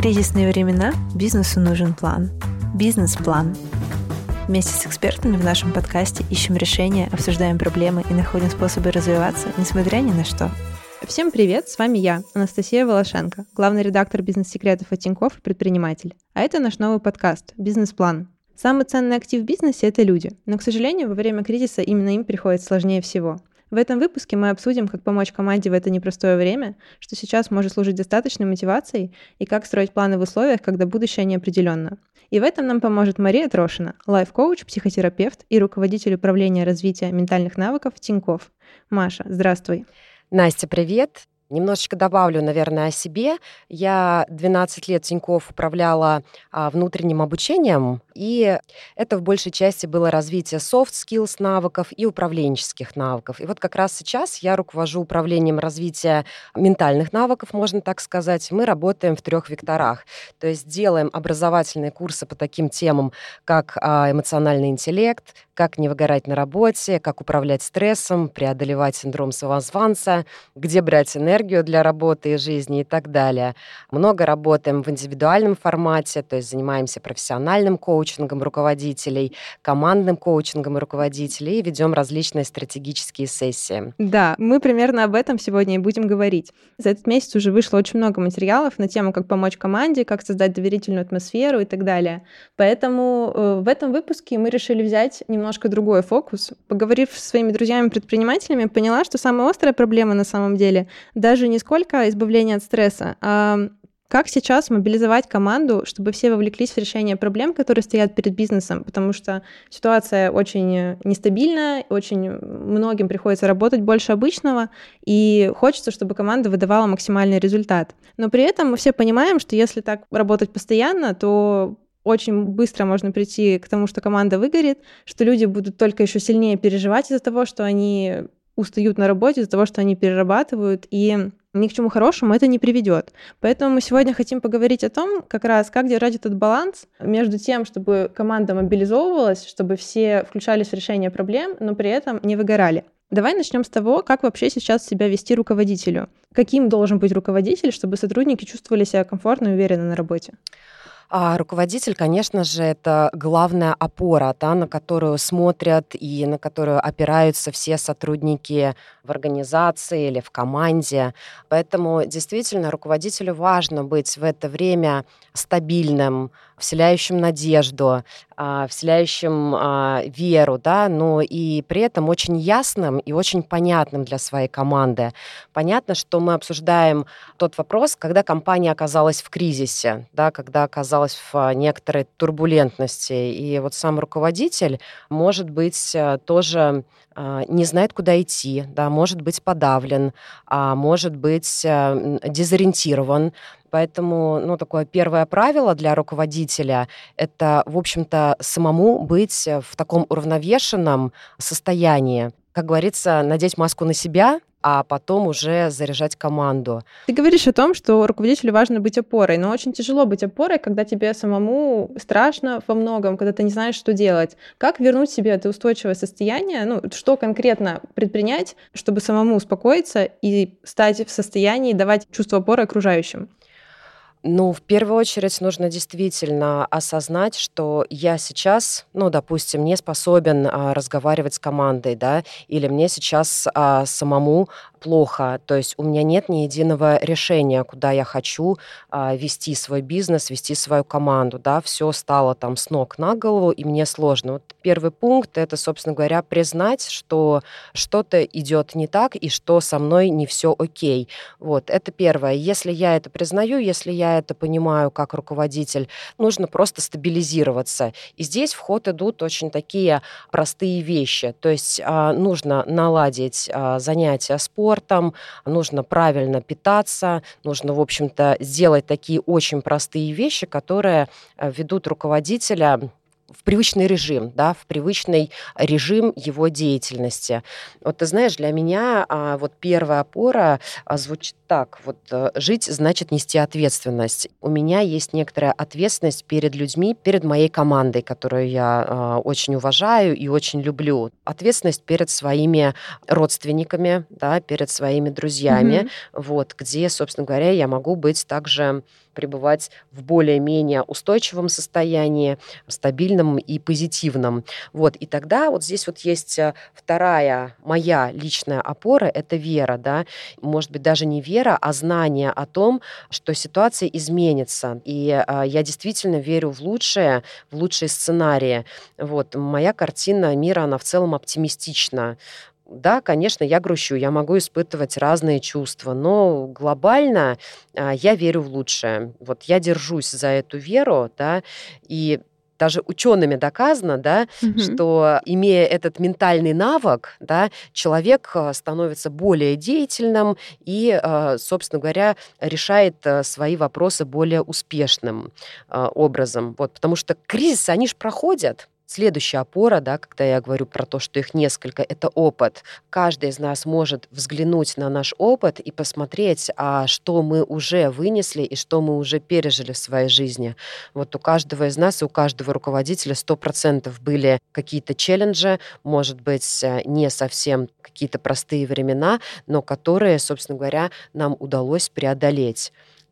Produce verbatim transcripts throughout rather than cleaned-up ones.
кризисные времена бизнесу нужен план. Бизнес-план. Вместе с экспертами в нашем подкасте ищем решения, обсуждаем проблемы и находим способы развиваться, несмотря ни на что. Всем привет, с вами я, Анастасия Волошенко, главный редактор бизнес-секретов от Тинькофф и предприниматель. А это наш новый подкаст «Бизнес-план». Самый ценный актив в бизнесе – это люди, но, к сожалению, во время кризиса именно им приходится сложнее всего. В этом выпуске мы обсудим, как помочь команде в это непростое время, что сейчас может служить достаточной мотивацией, и как строить планы в условиях, когда будущее неопределенно. И в этом нам поможет Мария Трошина, лайф-коуч, психотерапевт и руководитель управления развития ментальных навыков Тинькофф. Маша, здравствуй. Настя, привет. Немножечко добавлю, наверное, о себе. Я двенадцать лет Тинькофф управляла а, внутренним обучением, и это в большей части было развитие soft skills навыков и управленческих навыков. И вот как раз сейчас я руковожу управлением развития ментальных навыков, можно так сказать. Мы работаем в трех векторах. То есть делаем образовательные курсы по таким темам, как а, эмоциональный интеллект, как не выгорать на работе, как управлять стрессом, преодолевать синдром самозванца, где брать энергию для работы и жизни и так далее. Много работаем в индивидуальном формате, то есть занимаемся профессиональным коучингом руководителей, командным коучингом руководителей и ведем различные стратегические сессии. Да, мы примерно об этом сегодня и будем говорить. За этот месяц уже вышло очень много материалов на тему, как помочь команде, как создать доверительную атмосферу и так далее. Поэтому э, в этом выпуске мы решили взять немножко другой фокус. Поговорив со своими друзьями-предпринимателями, поняла, что самая острая проблема на самом деле даже не сколько избавление от стресса, а как сейчас мобилизовать команду, чтобы все вовлеклись в решение проблем, которые стоят перед бизнесом, потому что ситуация очень нестабильная, очень многим приходится работать больше обычного, и хочется, чтобы команда выдавала максимальный результат. Но при этом мы все понимаем, что если так работать постоянно, то очень быстро можно прийти к тому, что команда выгорит, что люди будут только еще сильнее переживать из-за того, что они устают на работе, из-за того, что они перерабатывают, и ни к чему хорошему это не приведет. Поэтому мы сегодня хотим поговорить о том, как раз, как держать этот баланс между тем, чтобы команда мобилизовывалась, чтобы все включались в решение проблем, но при этом не выгорали. Давай начнем с того, как вообще сейчас себя вести руководителю. Каким должен быть руководитель, чтобы сотрудники чувствовали себя комфортно и уверенно на работе? А руководитель, конечно же, это главная опора, да, на которую смотрят и на которую опираются все сотрудники в организации или в команде. Поэтому действительно руководителю важно быть в это время стабильным, вселяющим надежду, вселяющим веру, да, но и при этом очень ясным и очень понятным для своей команды. Понятно, что мы обсуждаем тот вопрос, когда компания оказалась в кризисе, да, когда оказалась в некоторой турбулентности. И вот сам руководитель, может быть, тоже не знает, куда идти, да, может быть подавлен, а может быть дезориентирован. Поэтому, ну, такое первое правило для руководителя – это, в общем-то, самому быть в таком уравновешенном состоянии. Как говорится, надеть маску на себя, а потом уже заряжать команду. Ты говоришь о том, что руководителю важно быть опорой, но очень тяжело быть опорой, когда тебе самому страшно во многом, когда ты не знаешь, что делать. Как вернуть себе это устойчивое состояние? Ну, что конкретно предпринять, чтобы самому успокоиться и стать в состоянии давать чувство опоры окружающим? Ну, в первую очередь нужно действительно осознать, что я сейчас, ну, допустим, не способен а, разговаривать с командой, да, или мне сейчас а, самому плохо, то есть у меня нет ни единого решения, куда я хочу а, вести свой бизнес, вести свою команду, да, все стало там с ног на голову, и мне сложно. Вот первый пункт — это, собственно говоря, признать, что что-то идет не так, и что со мной не все окей. Вот, это первое. Если я это признаю, если я это понимаю как руководитель, нужно просто стабилизироваться. И здесь в ход идут очень такие простые вещи. То есть а, нужно наладить а, занятия спортом, нужно правильно питаться, нужно, в общем-то, сделать такие очень простые вещи, которые а, ведут руководителя в привычный режим, да, в привычный режим его деятельности. Вот ты знаешь, для меня а, вот первая опора а, звучит так. Вот а, жить значит нести ответственность. У меня есть некоторая ответственность перед людьми, перед моей командой, которую я а, очень уважаю и очень люблю. Ответственность перед своими родственниками, да, перед своими друзьями, Мгм. вот, где, собственно говоря, я могу быть также пребывать в более-менее устойчивом состоянии, стабильном и позитивном. Вот. И тогда вот здесь вот есть э, вторая моя личная опора — это вера, да. Может быть, даже не вера, а знание о том, что ситуация изменится. И э, я действительно верю в лучшее, в лучшие сценарии. Вот. Моя картина мира, она в целом оптимистична. Да, конечно, я грущу, я могу испытывать разные чувства, но глобально а, я верю в лучшее. Вот я держусь за эту веру, да, и даже учеными доказано, да, Мгм. что, имея этот ментальный навык, да, человек а, становится более деятельным и, а, собственно говоря, решает а, свои вопросы более успешным а, образом. Вот, потому что кризисы, они же проходят. Следующая опора, да, когда я говорю про то, что их несколько, это опыт. Каждый из нас может взглянуть на наш опыт и посмотреть, а что мы уже вынесли и что мы уже пережили в своей жизни. Вот у каждого из нас и у каждого руководителя сто процентов были какие-то челленджи, может быть, э, не совсем какие-то простые времена, но которые, собственно говоря, нам удалось преодолеть.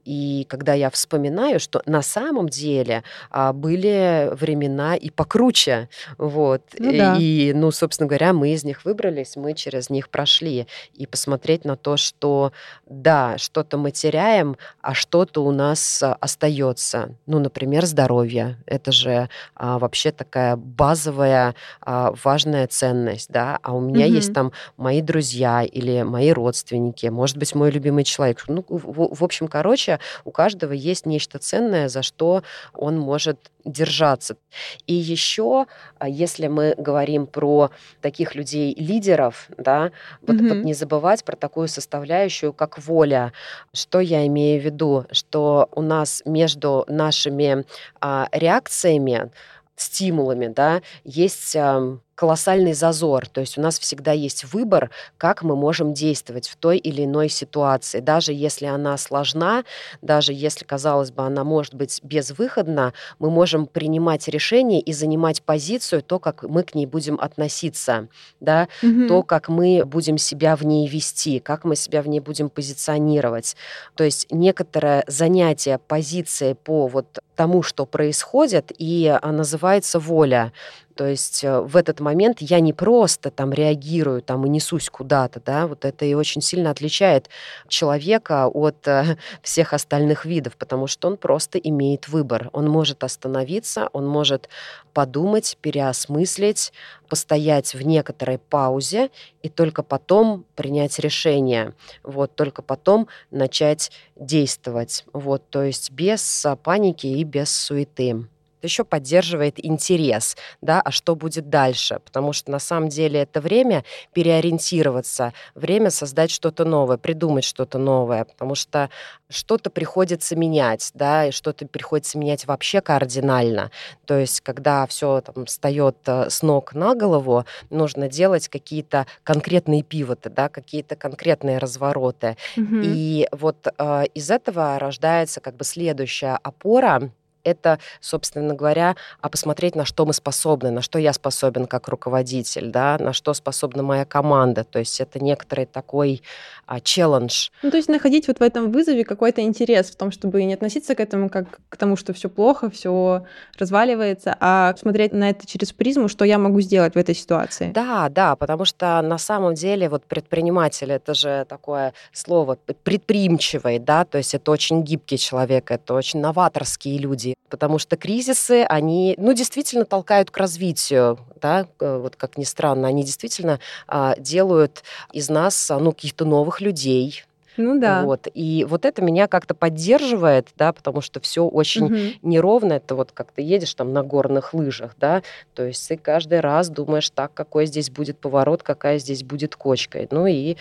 И когда я вспоминаю, что на самом деле а, были времена и покруче, вот, Ну да. и, ну, собственно говоря, мы из них выбрались, мы через них прошли, и посмотреть на то, что, да, что-то мы теряем, а что-то у нас а, остается. Ну, например, здоровье. Это же а, вообще такая базовая, а, важная ценность, да, а у меня есть Мгм. там мои друзья или мои родственники, может быть, мой любимый человек. Ну, в, в общем, короче, у каждого есть нечто ценное, за что он может держаться. И еще, а, если мы говорим про таких людей-лидеров, да, вот, вот Мгм. не забывать про такую составляющую, как воля. Что я имею в виду? Что у нас между нашими а, реакциями, стимулами, да, есть ам, колоссальный зазор. То есть у нас всегда есть выбор, как мы можем действовать в той или иной ситуации. Даже если она сложна, даже если, казалось бы, она может быть безвыходна, мы можем принимать решение и занимать позицию, то, как мы к ней будем относиться, да, то, Мгм. как мы будем себя в ней вести, как мы себя в ней будем позиционировать. То есть некоторое занятие позиции по вот тому, что происходит, и а, называется воля. То есть э, в этот момент я не просто там реагирую там, и несусь куда-то, да, вот это и очень сильно отличает человека от э, всех остальных видов, потому что он просто имеет выбор. Он может остановиться, он может подумать, переосмыслить, постоять в некоторой паузе и только потом принять решение, вот, только потом начать действовать, вот, то есть без а, паники и без суеты. Еще поддерживает интерес, да, а что будет дальше, потому что на самом деле это время переориентироваться, время создать что-то новое, придумать что-то новое, потому что что-то приходится менять, да, и что-то приходится менять вообще кардинально. То есть, когда все там встает э, с ног на голову, нужно делать какие-то конкретные пивоты, да, какие-то конкретные развороты. Мгм. И вот э, из этого рождается как бы следующая опора. Это, собственно говоря, а посмотреть, на что мы способны, на что я способен как руководитель, да, на что способна моя команда. То есть это некоторый такой а, челлендж. Ну, то есть находить вот в этом вызове какой-то интерес в том, чтобы не относиться к этому как к тому, что все плохо, все разваливается, а смотреть на это через призму, что я могу сделать в этой ситуации. Да, да, потому что на самом деле вот предприниматель — это же такое слово п- предприимчивый, да, то есть это очень гибкий человек, это очень новаторские люди, потому что кризисы, они, ну, действительно толкают к развитию, да, э, вот как ни странно, они действительно а, делают из нас, а, ну, каких-то новых людей. Ну да. Вот. И вот это меня как-то поддерживает, да, потому что все очень Мгм. неровно. Это вот как ты едешь там на горных лыжах, да, то есть ты каждый раз думаешь, так, какой здесь будет поворот, какая здесь будет кочка. Ну и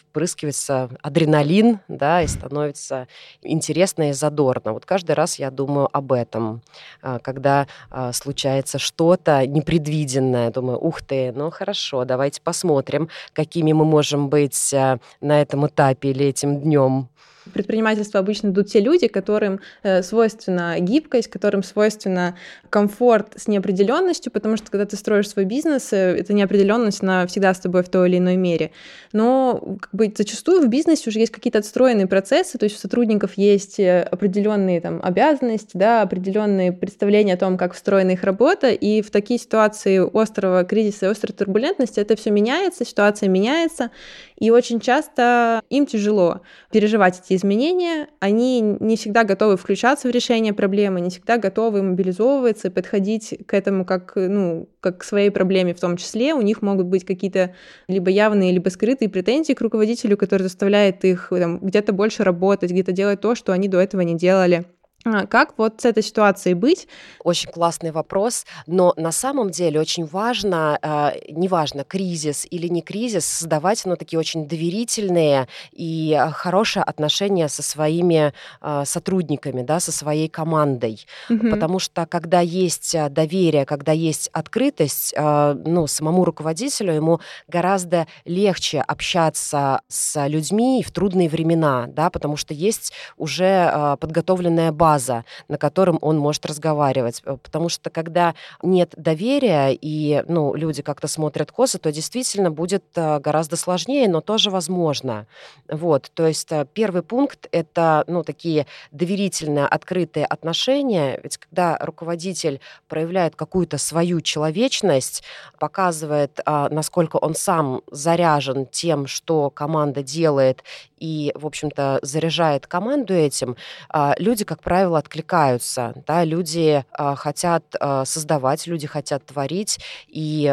впрыскивается адреналин, да, и становится интересно и задорно. Вот каждый раз я думаю об этом, когда случается что-то непредвиденное. Думаю, ух ты, ну хорошо, давайте посмотрим, какими мы можем быть на этом этапе или этим днем. В предпринимательство обычно идут те люди, которым э, свойственна гибкость, которым свойственна комфорт с неопределенностью, потому что когда ты строишь свой бизнес, э, эта неопределенность, она всегда с тобой в той или иной мере. Но как бы, зачастую в бизнесе уже есть какие-то отстроенные процессы, то есть у сотрудников есть определенные там, обязанности, да, определенные представления о том, как встроена их работа, и в такие ситуации острого кризиса и острой турбулентности это все меняется, ситуация меняется, и очень часто им тяжело переживать эти изменения, они не всегда готовы включаться в решение проблемы, не всегда готовы мобилизовываться и подходить к этому как, ну, как к своей проблеме в том числе. У них могут быть какие-то либо явные, либо скрытые претензии к руководителю, который заставляет их там, где-то больше работать, где-то делать то, что они до этого не делали. Как вот с этой ситуацией быть? Очень классный вопрос, но на самом деле очень важно, э, неважно, кризис или не кризис, создавать ну, такие очень доверительные и хорошие отношения со своими э, сотрудниками, да, со своей командой. Mm-hmm. Потому что когда есть доверие, когда есть открытость, э, ну, самому руководителю ему гораздо легче общаться с людьми в трудные времена, да, потому что есть уже э, подготовленная база, на котором он может разговаривать. Потому что когда нет доверия и ну, люди как-то смотрят косо, то действительно будет гораздо сложнее, но тоже возможно. Вот. То есть первый пункт — это ну, такие доверительные, открытые отношения. Ведь когда руководитель проявляет какую-то свою человечность, показывает, насколько он сам заряжен тем, что команда делает, и, в общем-то, заряжает команду этим, люди, как правило, откликаются. Да? Люди хотят создавать, люди хотят творить и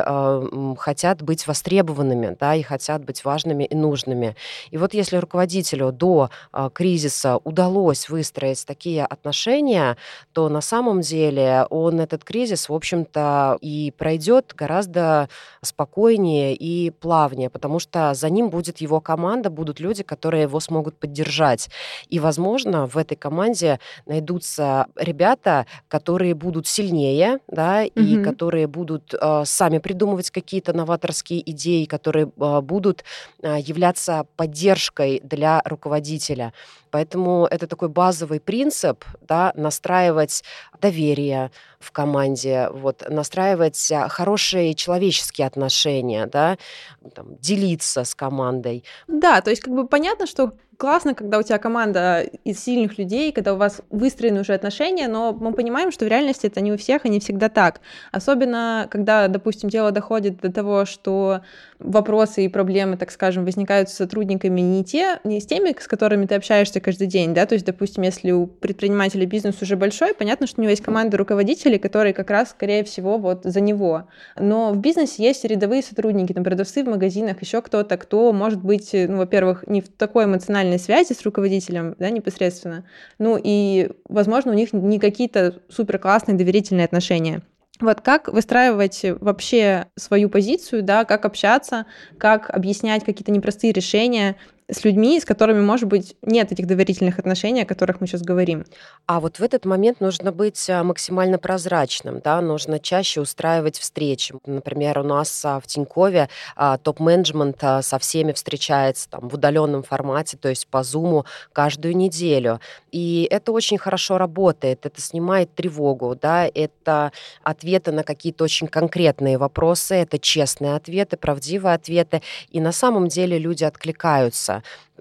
хотят быть востребованными, да, и хотят быть важными и нужными. И вот если руководителю до кризиса удалось выстроить такие отношения, то на самом деле он этот кризис, в общем-то, и пройдет гораздо спокойнее и плавнее, потому что за ним будет его команда, будут люди, которые его смогут поддержать. И, возможно, в этой команде найдутся ребята, которые будут сильнее, да, mm-hmm. и которые будут э, сами придумывать какие-то новаторские идеи, которые э, будут э, являться поддержкой для руководителя. Поэтому это такой базовый принцип, да, настраивать доверие в команде, вот, настраивать хорошие человеческие отношения, да, там, делиться с командой. Да, то есть как бы понятно, что классно, когда у тебя команда из сильных людей, когда у вас выстроены уже отношения, но мы понимаем, что в реальности это не у всех и не всегда так. Особенно, когда, допустим, дело доходит до того, что вопросы и проблемы, так скажем, возникают с сотрудниками не те, не с теми, с которыми ты общаешься каждый день, да, то есть, допустим, если у предпринимателя бизнес уже большой, понятно, что у него есть команда руководителей, которые как раз, скорее всего, вот за него. Но в бизнесе есть рядовые сотрудники, там, продавцы в магазинах, еще кто-то, кто может быть, ну, во-первых, не в такой эмоциональной связи с руководителем, да, непосредственно, ну, и, возможно, у них не какие-то суперклассные доверительные отношения. Вот как выстраивать вообще свою позицию, да, как общаться, как объяснять какие-то непростые решения с людьми, с которыми, может быть, нет этих доверительных отношений, о которых мы сейчас говорим. А вот в этот момент нужно быть максимально прозрачным, да, нужно чаще устраивать встречи. Например, у нас в Тинькове топ-менеджмент со всеми встречается там, в удаленном формате, то есть по Zoom каждую неделю. И это очень хорошо работает, это снимает тревогу, да, это ответы на какие-то очень конкретные вопросы, это честные ответы, правдивые ответы, и на самом деле люди откликаются.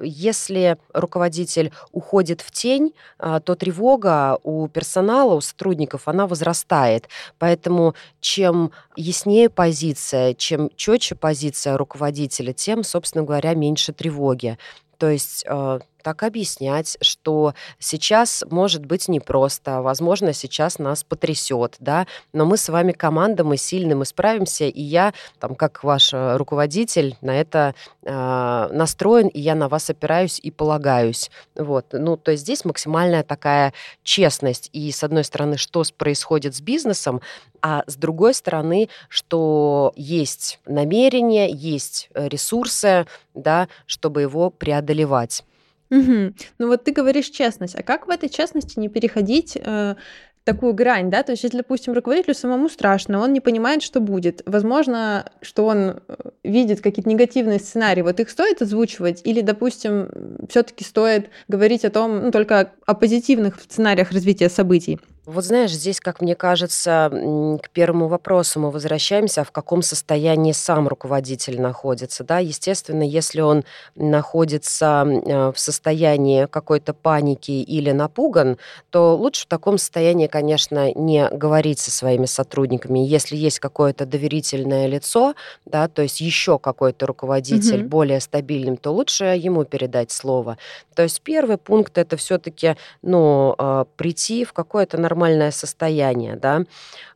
Если руководитель уходит в тень, то тревога у персонала, у сотрудников, она возрастает. Поэтому чем яснее позиция, чем четче позиция руководителя, тем, собственно говоря, меньше тревоги. То есть так объяснять, что сейчас может быть непросто, возможно, сейчас нас потрясет, да, но мы с вами команда, мы сильны, мы справимся, и я, там, как ваш руководитель, на это э, настроен, и я на вас опираюсь и полагаюсь. Вот. Ну, то есть здесь максимальная такая честность. И, с одной стороны, что происходит с бизнесом, а с другой стороны, что есть намерение, есть ресурсы, да, чтобы его преодолевать. Угу. Ну вот ты говоришь честность, а как в этой честности не переходить э, такую грань, да? То есть, если, допустим, руководителю самому страшно, он не понимает, что будет. Возможно, что он видит какие-то негативные сценарии. Вот их стоит озвучивать? Или, допустим, все-таки стоит говорить о том, ну, только о позитивных сценариях развития событий? Вот знаешь, здесь, как мне кажется, к первому вопросу мы возвращаемся, в каком состоянии сам руководитель находится. Да? Естественно, если он находится в состоянии какой-то паники или напуган, то лучше в таком состоянии, конечно, не говорить со своими сотрудниками. Если есть какое-то доверительное лицо, да, то есть еще какой-то руководитель Мгм. более стабильным, то лучше ему передать слово. То есть первый пункт — это все-таки, ну, э, прийти в какое-то нормальное состояние, да,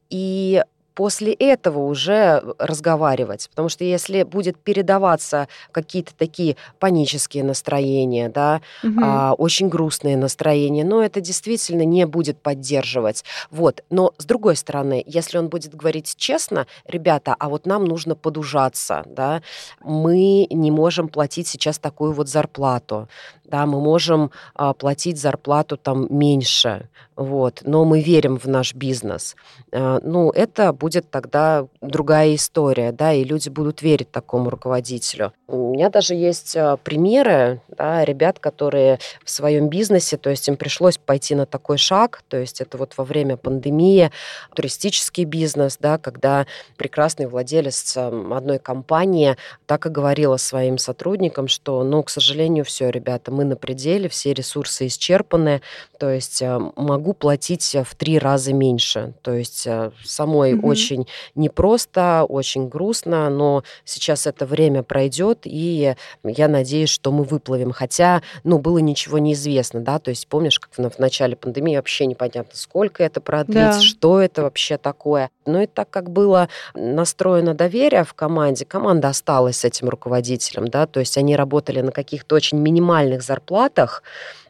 и после этого уже разговаривать. Потому что если будет передаваться какие-то такие панические настроения, да, Мгм. а, очень грустные настроения, но это действительно не будет поддерживать. Вот. Но с другой стороны, если он будет говорить честно: ребята, а вот нам нужно подужаться, да, мы не можем платить сейчас такую вот зарплату, да, мы можем а, платить зарплату там меньше, вот, но мы верим в наш бизнес. А, ну, это будет тогда другая история, да, и люди будут верить такому руководителю. У меня даже есть а, примеры, да, ребят, которые в своем бизнесе, то есть им пришлось пойти на такой шаг, то есть это вот во время пандемии, туристический бизнес, да, когда прекрасный владелец ам, одной компании так и говорила своим сотрудникам, что, ну, к сожалению, все, ребята, мы на пределе, все ресурсы исчерпаны, то есть э, могу платить в три раза меньше. То есть э, самой Мгм. очень непросто, очень грустно, но сейчас это время пройдет, и я надеюсь, что мы выплывем. Хотя, ну, было ничего неизвестно, да, то есть помнишь, как в, в начале пандемии вообще непонятно, сколько это продлится, Да. что это вообще такое. Но и так как было настроено доверие в команде, команда осталась с этим руководителем, да, то есть они работали на каких-то очень минимальных зарплатах,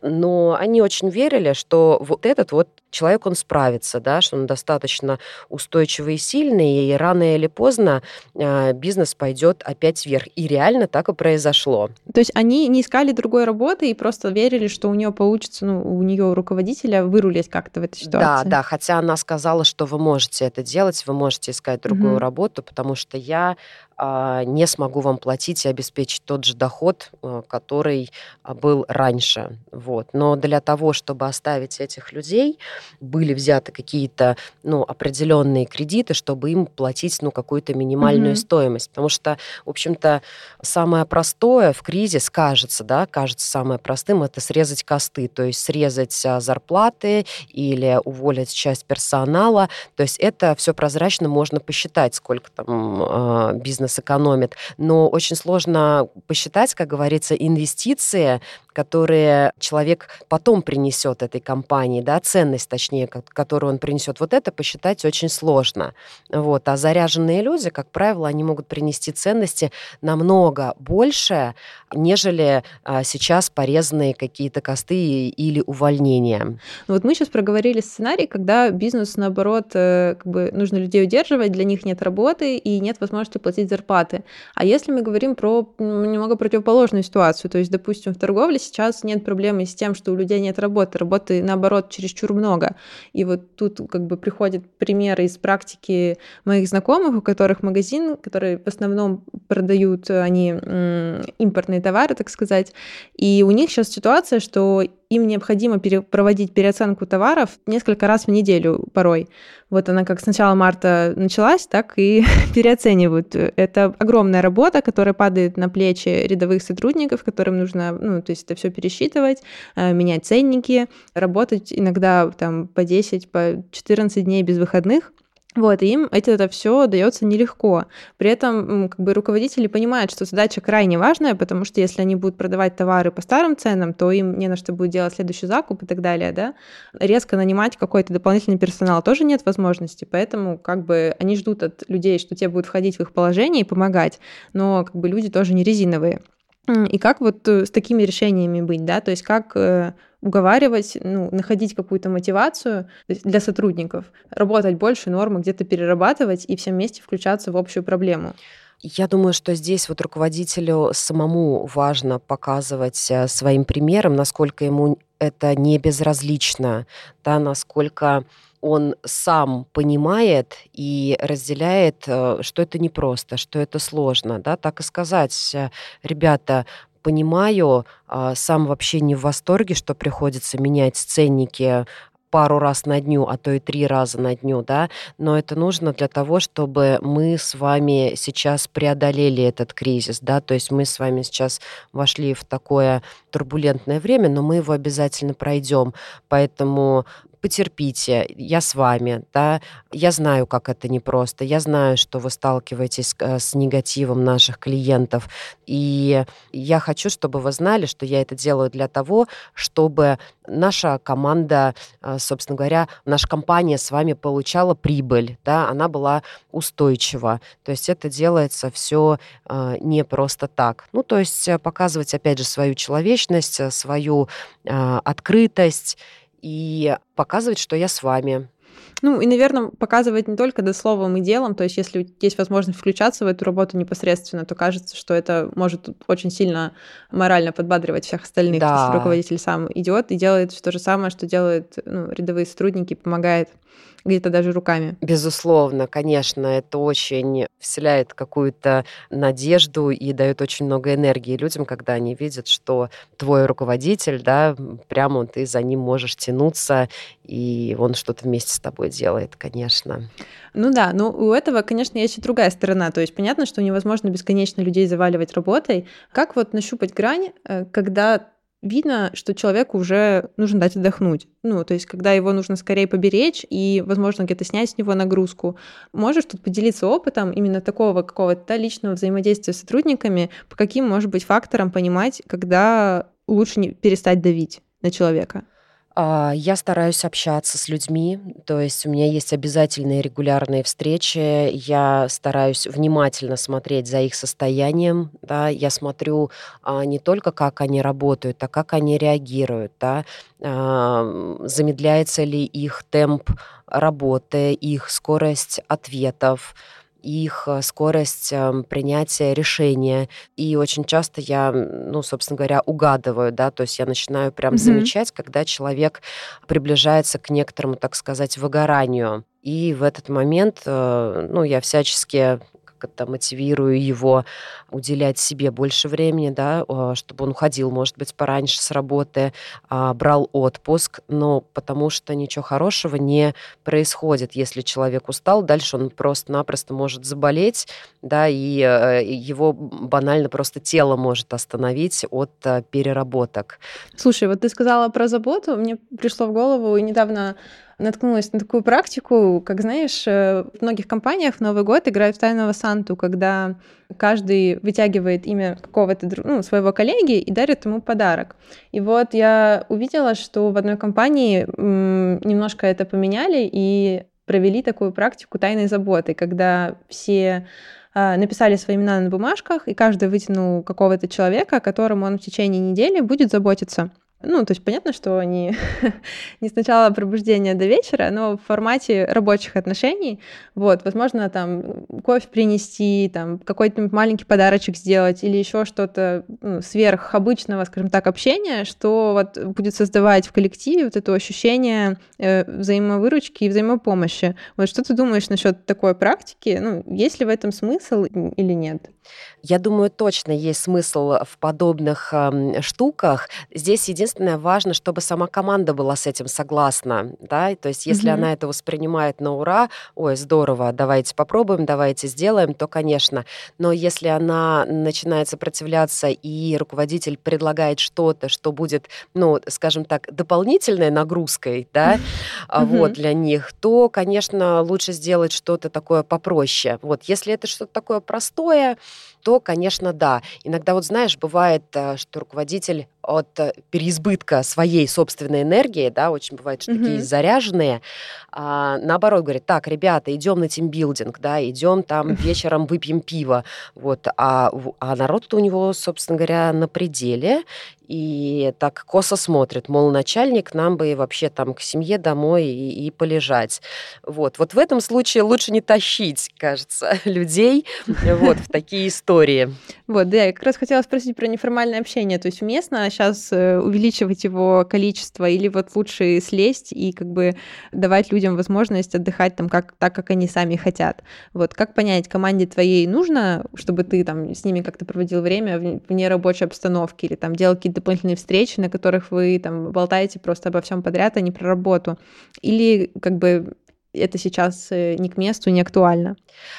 но они очень верили, что вот этот вот человек, он справится, да, что он достаточно устойчивый и сильный, и рано или поздно э, бизнес пойдет опять вверх. И реально так и произошло. То есть они не искали другой работы и просто верили, что у нее получится, ну, у нее, у руководителя, вырулить как-то в этой Да, ситуации. да, хотя она сказала, что вы можете это делать, вы можете искать другую Мгм. работу, потому что я а, не смогу вам платить и обеспечить тот же доход, а, который а, был раньше. Вот. Но для того, чтобы оставить этих людей, были взяты какие-то, ну, определенные кредиты, чтобы им платить, ну, какую-то минимальную Мгм. стоимость. Потому что, в общем-то, самое простое в кризис, кажется, да, кажется самое простым, это срезать косты, то есть срезать а, зарплаты или уволить часть персонала. То есть это все прозрачно, можно посчитать, сколько там а, бизнес экономит. Но очень сложно посчитать, как говорится, инвестиции, которые человек потом принесет этой компании, да, ценность, точнее, ко- которую он принесет. Вот это посчитать очень сложно. Вот. А заряженные люди, как правило, они могут принести ценности намного больше, нежели а, сейчас порезанные какие-то косты или увольнения. Ну вот мы сейчас проговорили сценарий, когда бизнес, наоборот, э, как бы нужно людей удерживать, для них нет работы и нет возможности платить зарплаты. А если мы говорим про м, немного противоположную ситуацию, то есть, допустим, в торговле сейчас нет проблемы с тем, что у людей нет работы, работы, наоборот, чересчур много. И вот тут как бы приходят примеры из практики моих знакомых, у которых магазин, который в основном продают э, они м, импортные товары, так сказать, и у них сейчас ситуация, что им необходимо пере- проводить переоценку товаров несколько раз в неделю порой. Вот она как с начала марта началась, так и переоценивают. Это огромная работа, которая падает на плечи рядовых сотрудников, которым нужно, ну, то есть это все пересчитывать, э, менять ценники, работать иногда там по десять, по четырнадцать дней без выходных. Вот, и им это все дается нелегко. При этом как бы руководители понимают, что задача крайне важная, потому что если они будут продавать товары по старым ценам, то им не на что будет делать следующий закуп и так далее, да. Резко нанимать какой-то дополнительный персонал тоже нет возможности, поэтому как бы они ждут от людей, что те будут входить в их положение и помогать, но как бы люди тоже не резиновые. И как вот с такими решениями быть, да, то есть как уговаривать, ну, находить какую-то мотивацию для сотрудников, работать больше, нормы где-то перерабатывать и всем вместе включаться в общую проблему. Я думаю, что здесь вот руководителю самому важно показывать своим примером, насколько ему это не безразлично, да, насколько он сам понимает и разделяет, что это непросто, что это сложно, да, так и сказать: ребята, понимаю, сам вообще не в восторге, что приходится менять ценники пару раз на дню, а то и три раза на дню, да, но это нужно для того, чтобы мы с вами сейчас преодолели этот кризис, да, то есть мы с вами сейчас вошли в такое турбулентное время, но мы его обязательно пройдем, поэтому потерпите, я с вами, да, я знаю, как это непросто, я знаю, что вы сталкиваетесь с, с негативом наших клиентов, и я хочу, чтобы вы знали, что я это делаю для того, чтобы наша команда, собственно говоря, наша компания с вами получала прибыль, да, она была устойчива, то есть это делается все не просто так. Ну, то есть показывать, опять же, свою человечность, свою открытость, и показывать, что я с вами. Ну, и, наверное, показывать не только да, словом и делом, то есть если есть возможность включаться в эту работу непосредственно, то кажется, что это может очень сильно морально подбадривать всех остальных, Да. если руководитель сам идет и делает то же самое, что делают, ну, рядовые сотрудники, помогает где-то даже руками. Безусловно, конечно, это очень вселяет какую-то надежду и дает очень много энергии людям, когда они видят, что твой руководитель, да, прямо ты за ним можешь тянуться, и он что-то вместе с тобой делает, конечно. Ну да, но у этого, конечно, есть и другая сторона. То есть понятно, что невозможно бесконечно людей заваливать работой. Как вот нащупать грань, когда видно, что человеку уже нужно дать отдохнуть. Ну, то есть, когда его нужно скорее поберечь и, возможно, где-то снять с него нагрузку. Можешь тут поделиться опытом именно такого какого-то личного взаимодействия с сотрудниками, по каким, может быть, факторам понимать, когда лучше не перестать давить на человека? Я стараюсь общаться с людьми, то есть у меня есть обязательные регулярные встречи, я стараюсь внимательно смотреть за их состоянием, да, я смотрю а, не только, как они работают, а как они реагируют, да, а, замедляется ли их темп работы, их скорость ответов, их скорость э, принятия решения. И очень часто я, ну, собственно говоря, угадываю, да, то есть я начинаю прям mm-hmm. замечать, когда человек приближается к некоторому, так сказать, выгоранию. И в этот момент, э, ну, я всячески как-то мотивирую его уделять себе больше времени, да, чтобы он уходил, может быть, пораньше с работы, брал отпуск, но потому что ничего хорошего не происходит. Если человек устал, дальше он просто-напросто может заболеть, да, и его банально просто тело может остановить от переработок. Слушай, вот ты сказала про заботу, мне пришло в голову, и недавно наткнулась на такую практику, как, знаешь, в многих компаниях в Новый год играют в Тайного Санту, когда каждый вытягивает имя какого-то, ну, своего коллеги и дарит ему подарок. И вот я увидела, что в одной компании м, немножко это поменяли и провели такую практику тайной заботы, когда все а, написали свои имена на бумажках, и каждый вытянул какого-то человека, которому он в течение недели будет заботиться. Ну, то есть понятно, что не, не с начала пробуждения до вечера, но в формате рабочих отношений. Вот, возможно, там кофе принести, там какой-то маленький подарочек сделать или еще что-то, ну, сверхобычного, скажем так, общения, что вот будет создавать в коллективе вот это ощущение э, взаимовыручки и взаимопомощи. Вот что ты думаешь насчет такой практики? Ну, есть ли в этом смысл или нет? Я думаю, точно есть смысл в подобных э, штуках. Здесь единственное важно, чтобы сама команда была с этим согласна, да, то есть если mm-hmm. она это воспринимает на ура, ой, здорово, давайте попробуем, давайте сделаем, то, конечно. Но если она начинает сопротивляться и руководитель предлагает что-то, что будет, ну, скажем так, дополнительной нагрузкой, да, mm-hmm. вот, для них, то, конечно, лучше сделать что-то такое попроще. Вот, если это что-то такое простое, то, конечно, да. Иногда, вот знаешь, бывает, что руководитель от переизбытка своей собственной энергии, да, очень бывает, что mm-hmm. такие заряженные, а, наоборот, говорит, так, ребята, идем на тимбилдинг, да, идем там вечером выпьем пиво, вот, а, а народ у него, собственно говоря, на пределе, и так косо смотрит, мол, начальник, нам бы вообще там к семье домой и, и полежать. Вот. Вот в этом случае лучше не тащить, кажется, людей вот, в такие истории. Вот, да, я как раз хотела спросить про неформальное общение. То есть уместно сейчас увеличивать его количество или вот лучше слезть и как бы давать людям возможность отдыхать там как, так, как они сами хотят? Вот как понять, команде твоей нужно, чтобы ты там с ними как-то проводил время вне рабочей обстановки или там делал какие-то дополнительные встречи, на которых вы там болтаете просто обо всем подряд, а не про работу? Или как бы это сейчас не к месту, не актуально?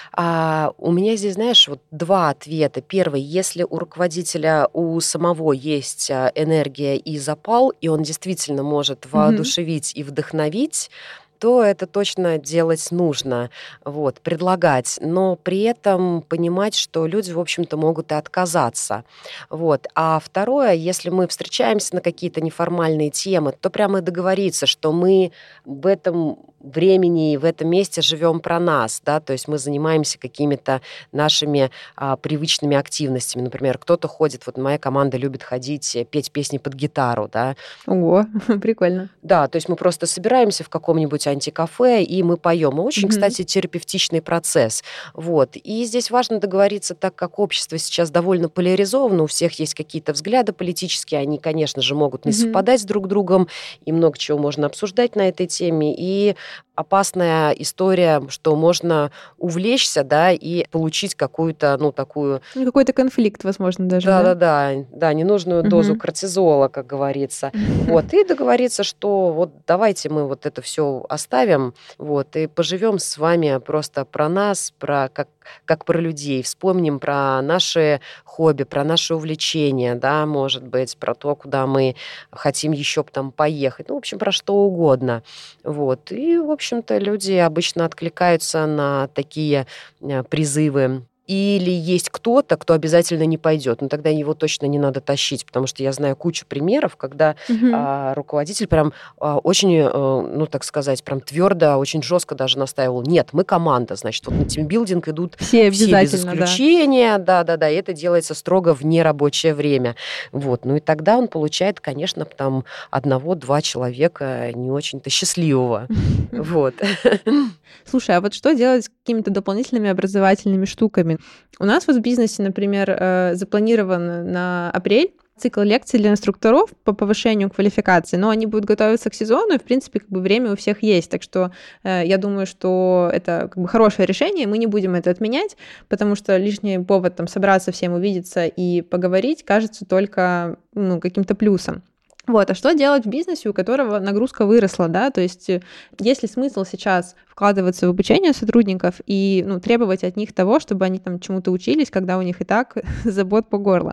А, у меня здесь, знаешь, вот два ответа. Первый, если у руководителя у самого есть энергия и запал, и он действительно может воодушевить mm-hmm. и вдохновить, то это точно делать нужно, вот, предлагать, но при этом понимать, что люди, в общем-то, могут и отказаться. Вот. А второе, если мы встречаемся на какие-то неформальные темы, то прямо и договориться, что мы в этом времени и в этом месте живем про нас, да, то есть мы занимаемся какими-то нашими а, привычными активностями. Например, кто-то ходит, вот моя команда любит ходить, петь песни под гитару, да. Ого, прикольно. Да, то есть мы просто собираемся в каком-нибудь антикафе, и мы поем. Очень, mm-hmm. кстати, терапевтичный процесс. Вот. И здесь важно договориться, так как общество сейчас довольно поляризовано, у всех есть какие-то взгляды политические, они, конечно же, могут не mm-hmm. совпадать с друг другом, и много чего можно обсуждать на этой теме, и опасная история, что можно увлечься, да, и получить какую-то, ну, такую... Ну, какой-то конфликт, возможно, даже, да? Да, да, да, да, ненужную угу. дозу кортизола, как говорится. Вот, и договориться, что вот давайте мы вот это все оставим, вот, и поживем с вами просто про нас, про как как про людей, вспомним про наши хобби, про наши увлечения, да, может быть, про то, куда мы хотим еще там поехать, ну, в общем, про что угодно, вот, и, в общем-то, люди обычно откликаются на такие призывы. Или есть кто-то, кто обязательно не пойдет, но тогда его точно не надо тащить, потому что я знаю кучу примеров, когда угу. а, руководитель прям а, очень, а, ну, так сказать, прям твердо, очень жестко даже настаивал, нет, мы команда, значит, вот на тимбилдинг идут все, все без исключения, да-да-да, и это делается строго в нерабочее время. Вот, ну и тогда он получает, конечно, там одного-два человека не очень-то счастливого. Вот. Слушай, а вот что делать с какими-то дополнительными образовательными штуками? У нас вот в бизнесе, например, запланирован на апрель цикл лекций для инструкторов по повышению квалификации, но они будут готовиться к сезону, и, в принципе, как бы время у всех есть. Так что э, я думаю, что это как бы хорошее решение, мы не будем это отменять, потому что лишний повод там собраться всем, увидеться и поговорить кажется только ну, каким-то плюсом. Вот, а что делать в бизнесе, у которого нагрузка выросла, да, то есть есть ли смысл сейчас вкладываться в обучение сотрудников и, ну, требовать от них того, чтобы они там чему-то учились, когда у них и так забот по горло?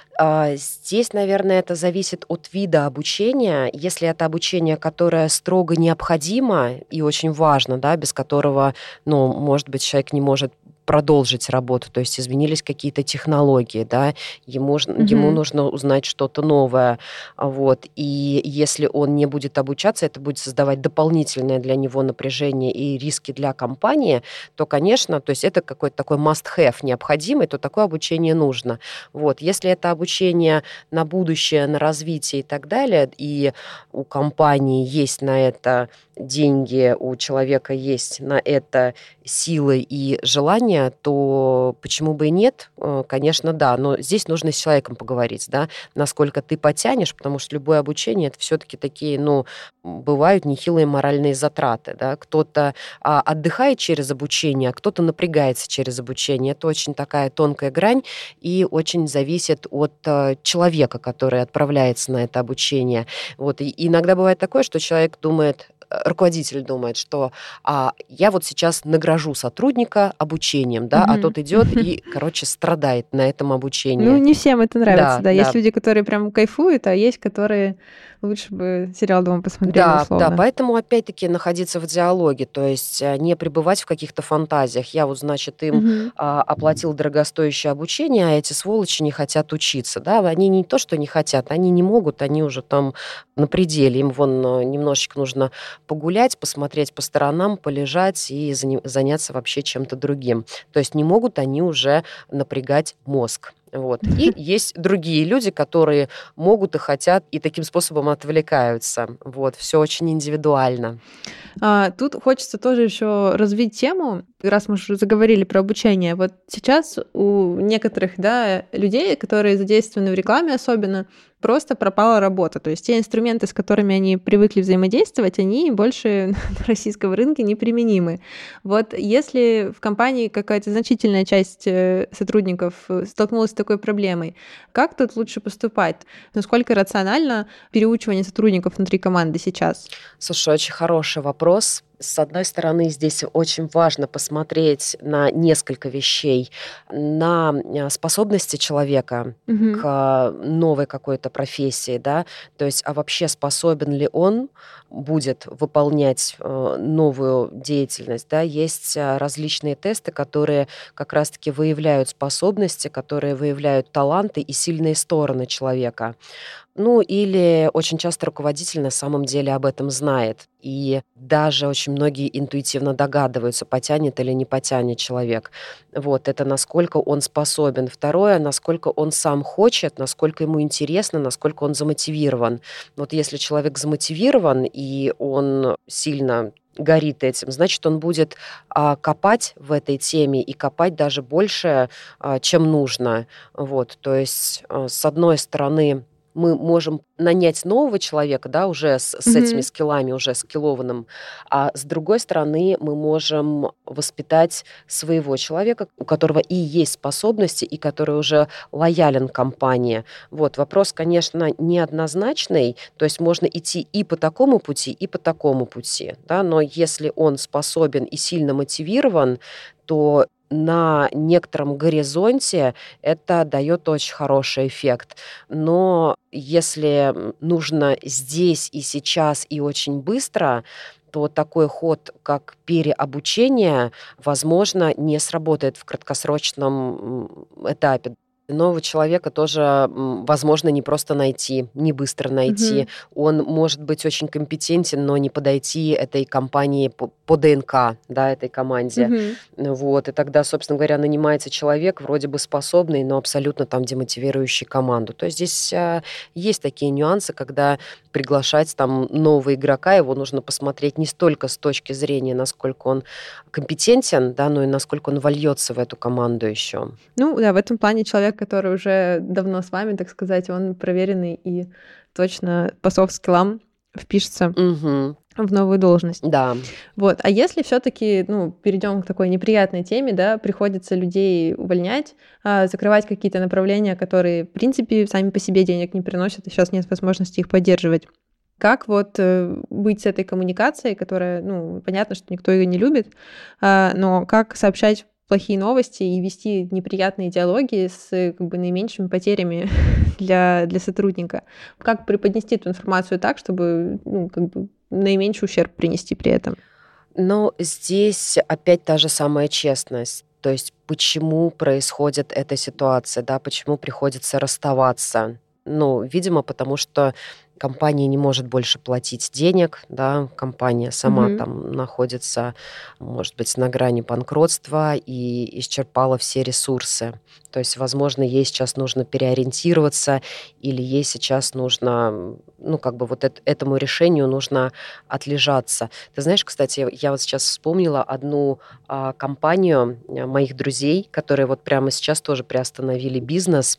Здесь, наверное, это зависит от вида обучения. Если это обучение, которое строго необходимо и очень важно, да, без которого, ну, может быть, человек не может продолжить работу, то есть изменились какие-то технологии, да, ему, mm-hmm. ему нужно узнать что-то новое, вот, и если он не будет обучаться, это будет создавать дополнительное для него напряжение и риски для компании, то, конечно, то есть это какой-то такой must-have необходимый, то такое обучение нужно. Вот, если это обучение на будущее, на развитие и так далее, и у компании есть на это деньги, у человека есть на это силы и желание, обучение, то почему бы и нет? Конечно, да, но здесь нужно с человеком поговорить, да, насколько ты потянешь, потому что любое обучение — это все-таки такие, ну, бывают нехилые моральные затраты, да, кто-то а, отдыхает через обучение, а кто-то напрягается через обучение. Это очень такая тонкая грань и очень зависит от а, человека, который отправляется на это обучение. Вот. И иногда бывает такое, что человек думает, руководитель думает, что а, я вот сейчас награжу сотрудника обучением, да, Мгм. а тот идет и, короче, страдает на этом обучении. Ну, не всем это нравится, Да, да. Есть да. люди, которые прям кайфуют, а есть, которые лучше бы сериал дома посмотрели, Да, да, условно. поэтому опять-таки находиться в диалоге, то есть э, не пребывать в каких-то фантазиях. Я вот, значит, им Мгм. а, оплатил дорогостоящее обучение, а эти сволочи не хотят учиться, да, они не то, что не хотят, они не могут, они уже там на пределе, им вон э, немножечко нужно погулять, посмотреть по сторонам, полежать и заня- заняться вообще чем-то другим. То есть не могут они уже напрягать мозг. Вот. И есть другие люди, которые могут и хотят, и таким способом отвлекаются. Вот. Все очень индивидуально. А, тут хочется тоже еще развить тему, раз мы уже заговорили про обучение. Вот сейчас у некоторых, да, людей, которые задействованы в рекламе особенно, просто пропала работа. То есть те инструменты, с которыми они привыкли взаимодействовать, они больше на российском рынке неприменимы. Вот если в компании какая-то значительная часть э, сотрудников э, столкнулась с такой проблемой, как тут лучше поступать? Насколько рационально переучивание сотрудников внутри команды сейчас? Слушай, очень хороший вопрос. С одной стороны, здесь очень важно посмотреть на несколько вещей. На э, способности человека Мгм. к новой какой-то профессии, да, то есть, а вообще способен ли он будет выполнять э, новую деятельность, да, есть э, различные тесты, которые как раз-таки выявляют способности, которые выявляют таланты и сильные стороны человека. Ну, или очень часто руководитель на самом деле об этом знает. И даже очень многие интуитивно догадываются, потянет или не потянет человек. Вот, это насколько он способен. Второе, насколько он сам хочет, насколько ему интересно, насколько он замотивирован. Вот если человек замотивирован, и он сильно горит этим, значит, он будет а, копать в этой теме и копать даже больше, а, чем нужно. Вот, то есть, а, с одной стороны, мы можем нанять нового человека, да, уже с, с этими Мгм. скиллами, уже скиллованным, а с другой стороны мы можем воспитать своего человека, у которого и есть способности, и который уже лоялен компании. Вот, вопрос, конечно, неоднозначный, то есть можно идти и по такому пути, и по такому пути, да, но если он способен и сильно мотивирован, то на некотором горизонте это дает очень хороший эффект. Но если нужно здесь и сейчас и очень быстро, то такой ход, как переобучение, возможно, не сработает в краткосрочном м, этапе. Нового человека тоже, м, возможно, не просто найти, не быстро найти. Мгм. Он может быть очень компетентен, но не подойти этой компании по, по ДНК, да, этой команде. Мгм. Ну Вот. И тогда, собственно говоря, нанимается человек, вроде бы способный, но абсолютно там демотивирующий команду. То есть здесь а, есть такие нюансы, когда приглашать там нового игрока, его нужно посмотреть не столько с точки зрения, насколько он компетентен, да, но и насколько он вольется в эту команду еще. Ну да, в этом плане человек, который уже давно с вами, так сказать, он проверенный и точно по софт-скиллам впишется Мгм. в новую должность. Да. Вот. А если все-таки, ну, перейдем к такой неприятной теме, да, приходится людей увольнять, а, закрывать какие-то направления, которые, в принципе, сами по себе денег не приносят, и сейчас нет возможности их поддерживать. Как вот э, быть с этой коммуникацией, которая, ну, понятно, что никто ее не любит, а, но как сообщать плохие новости и вести неприятные диалоги с э, как бы наименьшими потерями для, для сотрудника? Как преподнести эту информацию так, чтобы, ну, как бы наименьший ущерб принести при этом? Но здесь опять та же самая честность. То есть почему происходит эта ситуация, да, почему приходится расставаться? Ну, видимо, потому что компания не может больше платить денег, да, компания сама Мгм. там находится, может быть, на грани банкротства и исчерпала все ресурсы. То есть, возможно, ей сейчас нужно переориентироваться или ей сейчас нужно, ну, как бы вот эт- этому решению нужно отлежаться. Ты знаешь, кстати, я вот сейчас вспомнила одну а, компанию э, моих друзей, которые вот прямо сейчас тоже приостановили бизнес.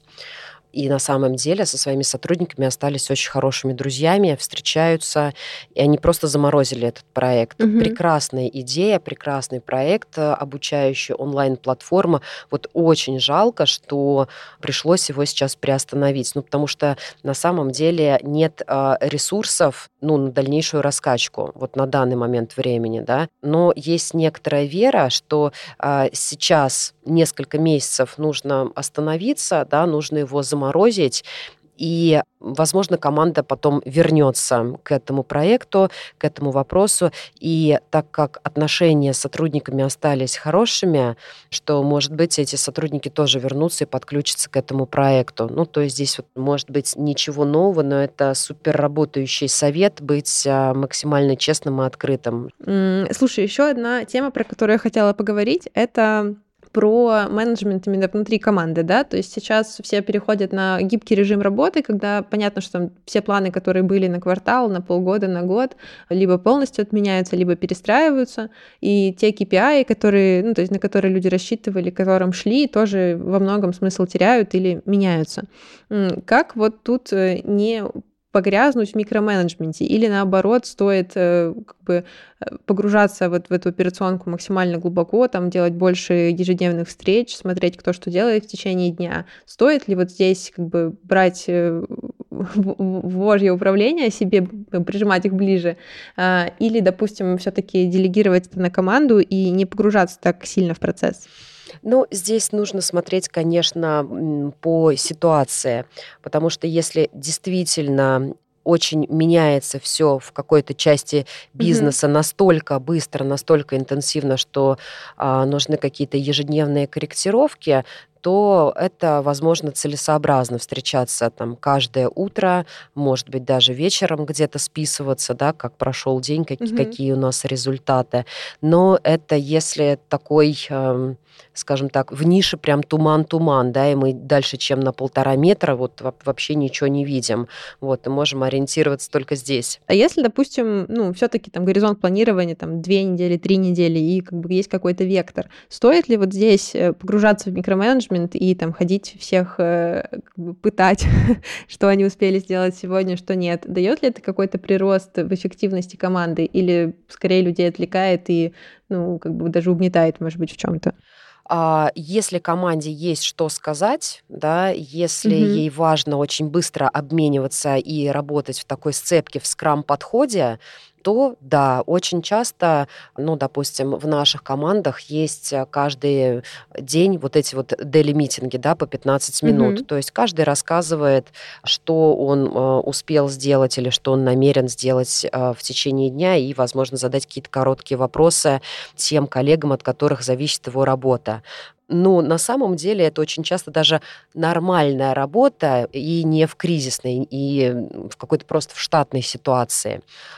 И на самом деле со своими сотрудниками остались очень хорошими друзьями, встречаются, и они просто заморозили этот проект. Мгм. Прекрасная идея, прекрасный проект, э, обучающий онлайн-платформа. Вот очень жалко, что пришлось его сейчас приостановить. Ну, потому что на самом деле нет э, ресурсов, ну, на дальнейшую раскачку, вот на данный момент времени, да. Но есть некоторая вера, что а, сейчас несколько месяцев нужно остановиться, да, нужно его заморозить, и, возможно, команда потом вернется к этому проекту, к этому вопросу. И так как отношения с сотрудниками остались хорошими, что, может быть, эти сотрудники тоже вернутся и подключатся к этому проекту. Ну, то есть здесь, вот, может быть, ничего нового, но это супер работающий совет быть а, максимально честным и открытым. М, Слушай, еще одна тема, про которую я хотела поговорить, это про менеджмент именно внутри команды, да, то есть сейчас все переходят на гибкий режим работы, когда понятно, что там все планы, которые были на квартал, на полгода, на год, либо полностью отменяются, либо перестраиваются, и те кей пи ай, которые, ну, то есть на которые люди рассчитывали, к которым шли, тоже во многом смысл теряют или меняются. М, Как вот тут э, не погрязнуть в микроменеджменте или наоборот стоит э, как бы э, погружаться вот в эту операционку максимально глубоко, там делать больше ежедневных встреч, смотреть, кто что делает в течение дня. Стоит ли вот здесь как бы брать э, в- в- вожье управление себе, э, прижимать их ближе, а, или, допустим, все-таки делегировать это на команду и не погружаться так сильно в процесс? Ну, здесь нужно смотреть, конечно, м, по ситуации, потому что если действительно очень меняется все в какой-то части Мгм. бизнеса настолько быстро, настолько интенсивно, что а, нужны какие-то ежедневные корректировки, то это, возможно, целесообразно встречаться там каждое утро, может быть, даже вечером где-то списываться, да, как прошел день, как- Мгм. какие у нас результаты. Но это если такой, эм, скажем так, в нише прям туман-туман, да, и мы дальше, чем на полтора метра, вот во- вообще ничего не видим. Вот, и можем ориентироваться только здесь. А если, допустим, ну, все-таки там горизонт планирования там две недели, три недели, и как бы есть какой-то вектор, стоит ли вот здесь э, погружаться в микроменеджмент и там ходить всех э, как бы пытать, что они успели сделать сегодня, что нет? Дает ли это какой-то прирост в эффективности команды или скорее людей отвлекает и, ну, как бы даже угнетает, может быть, в чем-то? А, Если команде есть что сказать, да, если Мгм. ей важно очень быстро обмениваться и работать в такой сцепке, в скрам-подходе, то да, очень часто, ну, допустим, в наших командах есть а, каждый день вот эти вот дели-митинги, да, по пятнадцать минут. Мгм. То есть каждый рассказывает, что он э, успел сделать или что он намерен сделать э, в течение дня, и, возможно, задать какие-то короткие вопросы тем коллегам, от которых зависит его работа. Ну, на самом деле это очень часто даже нормальная работа и не в кризисной, и в какой-то просто в штатной ситуации.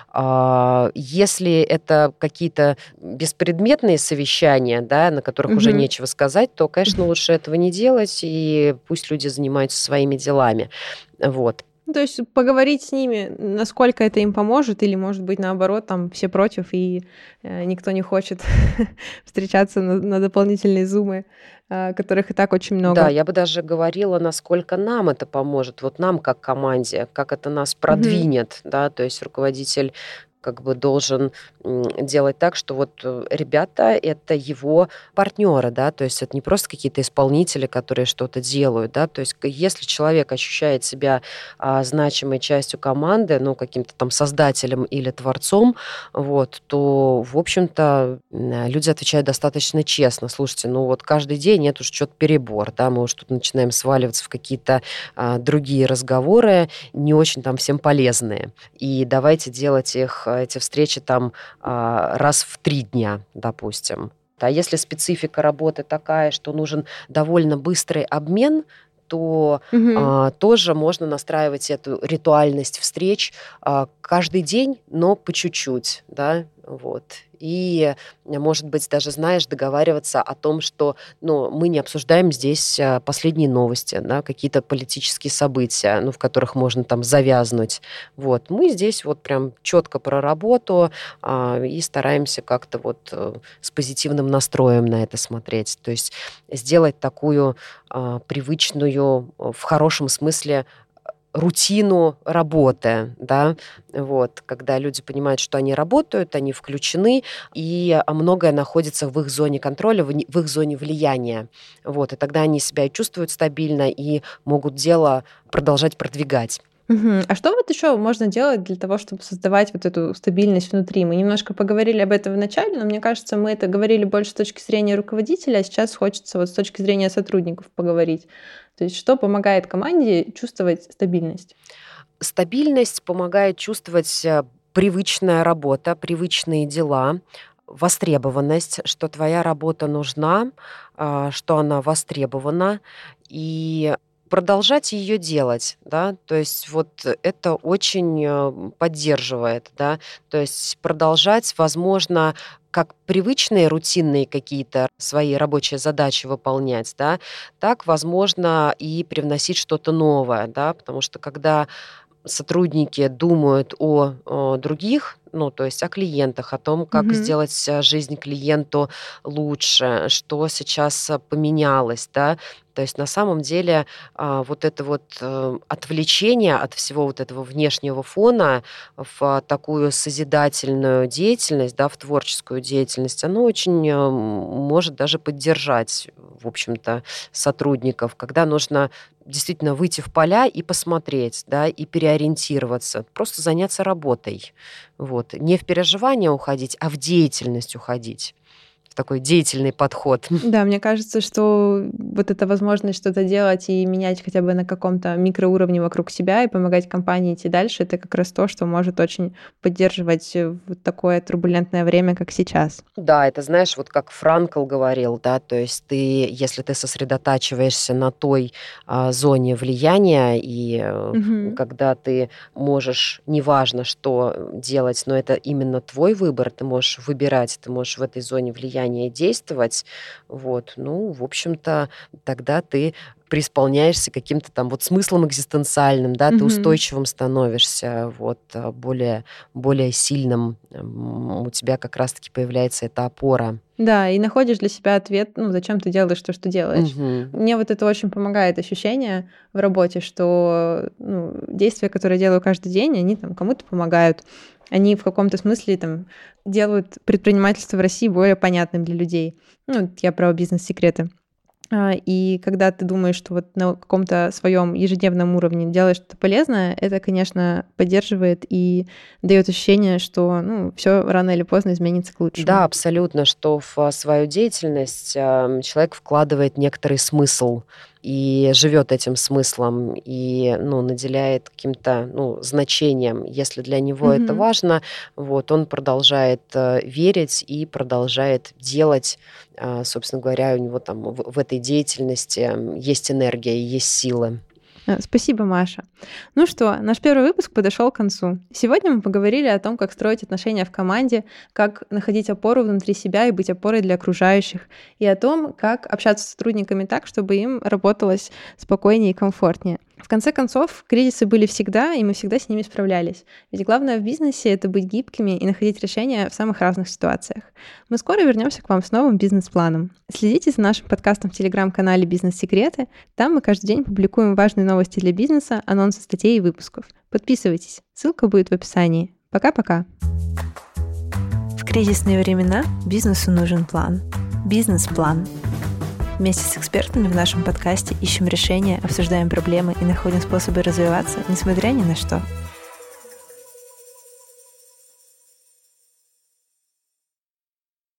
А, Если это какие-то беспредметные совещания, да, на которых уже Мгм. нечего сказать, то, конечно, лучше этого не делать, и пусть люди занимаются своими делами. Вот. Ну, то есть поговорить с ними, насколько это им поможет, или, может быть, наоборот, там все против, и э, никто не хочет встречаться на, на дополнительные зумы, а, которых и так очень Да, много. я бы даже говорила, насколько нам это поможет, вот нам как команде, как это нас Мгм. продвинет, да, то есть руководитель как бы должен м, делать так, что вот э, ребята — это его партнеры, да, то есть это не просто какие-то исполнители, которые что-то делают, да, то есть к- если человек ощущает себя а, значимой частью команды, ну, каким-то там создателем или творцом, вот, то, в общем-то, м, люди отвечают достаточно честно. Слушайте, ну вот каждый день это уж что-то перебор, да, мы уж тут начинаем сваливаться в какие-то а, другие разговоры, не очень там всем полезные. И давайте делать их, э, эти встречи там а, раз в три дня, допустим. А если специфика работы такая, что нужен довольно быстрый обмен, то угу. а, тоже можно настраивать эту ритуальность встреч а, каждый день, но по чуть-чуть, да, вот. И, может быть, даже, знаешь, договариваться о том, что ну, мы не обсуждаем здесь последние новости, да, какие-то политические события, ну, в которых можно там завязнуть. Вот. Мы здесь вот прям четко про работу а, и стараемся как-то вот с позитивным настроем на это смотреть. То есть сделать такую а, привычную, в хорошем смысле, рутину работы, да, вот, когда люди понимают, что они работают, они включены, и многое находится в их зоне контроля, в их зоне влияния, вот, и тогда они себя чувствуют стабильно и могут дело продолжать продвигать. Угу. А что вот еще можно делать для того, чтобы создавать вот эту стабильность внутри? Мы немножко поговорили об этом в начале, но мне кажется, мы это говорили больше с точки зрения руководителя, а сейчас хочется вот с точки зрения сотрудников поговорить. То есть что помогает команде чувствовать стабильность? Стабильность помогает чувствовать привычная работа, привычные дела, востребованность, что твоя работа нужна, что она востребована, и продолжать ее делать, да, то есть вот это очень поддерживает, да, то есть продолжать, возможно, как привычные, рутинные какие-то свои рабочие задачи выполнять, да, так, возможно, и привносить что-то новое, да, потому что когда сотрудники думают о, о других, ну, то есть о клиентах, о том, как mm-hmm. сделать жизнь клиенту лучше, что сейчас поменялось, да, то есть на самом деле вот это вот отвлечение от всего вот этого внешнего фона в такую созидательную деятельность, да, в творческую деятельность, оно очень может даже поддержать, в общем-то, сотрудников, когда нужно действительно выйти в поля и посмотреть, да, и переориентироваться, просто заняться работой. Вот. Не в переживания уходить, а в деятельность уходить. Такой деятельный подход. Да, мне кажется, что вот эта возможность что-то делать и менять хотя бы на каком-то микроуровне вокруг себя и помогать компании идти дальше, это как раз то, что может очень поддерживать вот такое турбулентное время, как сейчас. Да, это, знаешь, вот как Франкл говорил, да, то есть ты, если ты сосредотачиваешься на той а, зоне влияния, и угу. когда ты можешь, неважно, что делать, но это именно твой выбор, ты можешь выбирать, ты можешь в этой зоне влияния действовать, вот, ну, в общем-то, тогда ты преисполняешься каким-то там вот смыслом экзистенциальным, да, mm-hmm. ты устойчивым становишься, вот, более, более сильным, у тебя как раз-таки появляется эта опора. Да, и находишь для себя ответ, ну, зачем ты делаешь то, что делаешь. Mm-hmm. Мне вот это очень помогает ощущение в работе, что ну, действия, которые я делаю каждый день, они там кому-то помогают. Они в каком-то смысле там делают предпринимательство в России более понятным для людей. Ну, я про бизнес-секреты. И когда ты думаешь, что вот на каком-то своем ежедневном уровне делаешь что-то полезное, это, конечно, поддерживает и дает ощущение, что ну, все рано или поздно изменится к лучшему. Да, абсолютно, что в свою деятельность человек вкладывает некоторый смысл и живет этим смыслом, и ну, наделяет каким-то ну, значением. Если для него mm-hmm. это важно, вот, он продолжает э, верить и продолжает делать. Э, собственно говоря, у него там в, в этой деятельности есть энергия, есть силы. Спасибо, Маша. Ну что, наш первый выпуск подошел к концу. Сегодня мы поговорили о том, как строить отношения в команде, как находить опору внутри себя и быть опорой для окружающих, и о том, как общаться с сотрудниками так, чтобы им работалось спокойнее и комфортнее. В конце концов, кризисы были всегда, и мы всегда с ними справлялись. Ведь главное в бизнесе — это быть гибкими и находить решения в самых разных ситуациях. Мы скоро вернемся к вам с новым бизнес-планом. Следите за нашим подкастом в телеграм-канале «Бизнес-секреты». Там мы каждый день публикуем важные новости для бизнеса, анонсы статей и выпусков. Подписывайтесь, ссылка будет в описании. Пока-пока. В кризисные времена бизнесу нужен план. Бизнес-план. Вместе с экспертами в нашем подкасте ищем решения, обсуждаем проблемы и находим способы развиваться, несмотря ни на что.